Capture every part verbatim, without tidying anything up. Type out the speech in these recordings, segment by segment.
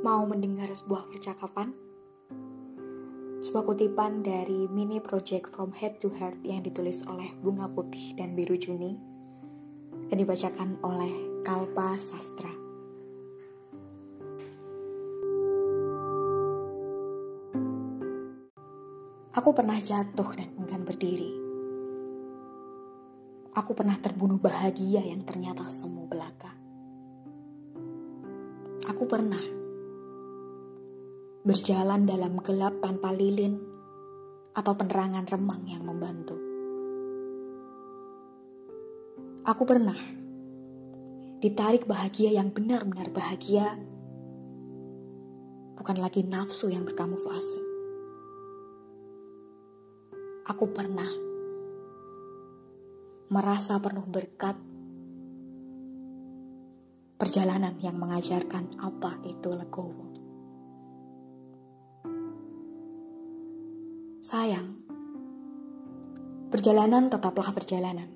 Mau mendengar sebuah percakapan? Sebuah kutipan dari mini project From Head to Heart yang ditulis oleh Bunga Putih dan Biru Juni dan dibacakan oleh Kalpa Sastra. Aku pernah jatuh dan enggan berdiri. Aku pernah terbunuh bahagia yang ternyata semu belaka. Aku pernah berjalan dalam gelap tanpa lilin atau penerangan remang yang membantu. Aku pernah ditarik bahagia yang benar-benar bahagia, bukan lagi nafsu yang berkamuflase. Aku pernah merasa penuh berkat, perjalanan yang mengajarkan apa itu legowo. Sayang, perjalanan tetaplah perjalanan.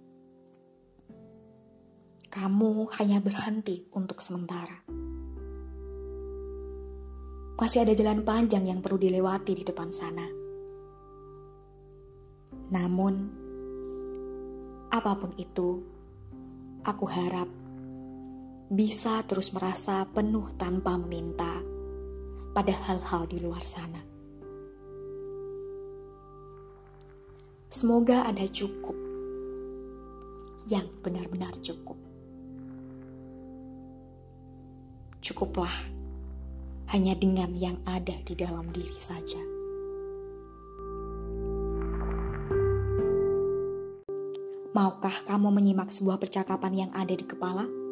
Kamu hanya berhenti untuk sementara. Masih ada jalan panjang yang perlu dilewati di depan sana. Namun, apapun itu, aku harap bisa terus merasa penuh tanpa meminta pada hal-hal di luar sana. Semoga ada cukup, yang benar-benar cukup. Cukuplah hanya dengan yang ada di dalam diri saja. Maukah kamu menyimak sebuah percakapan yang ada di kepala?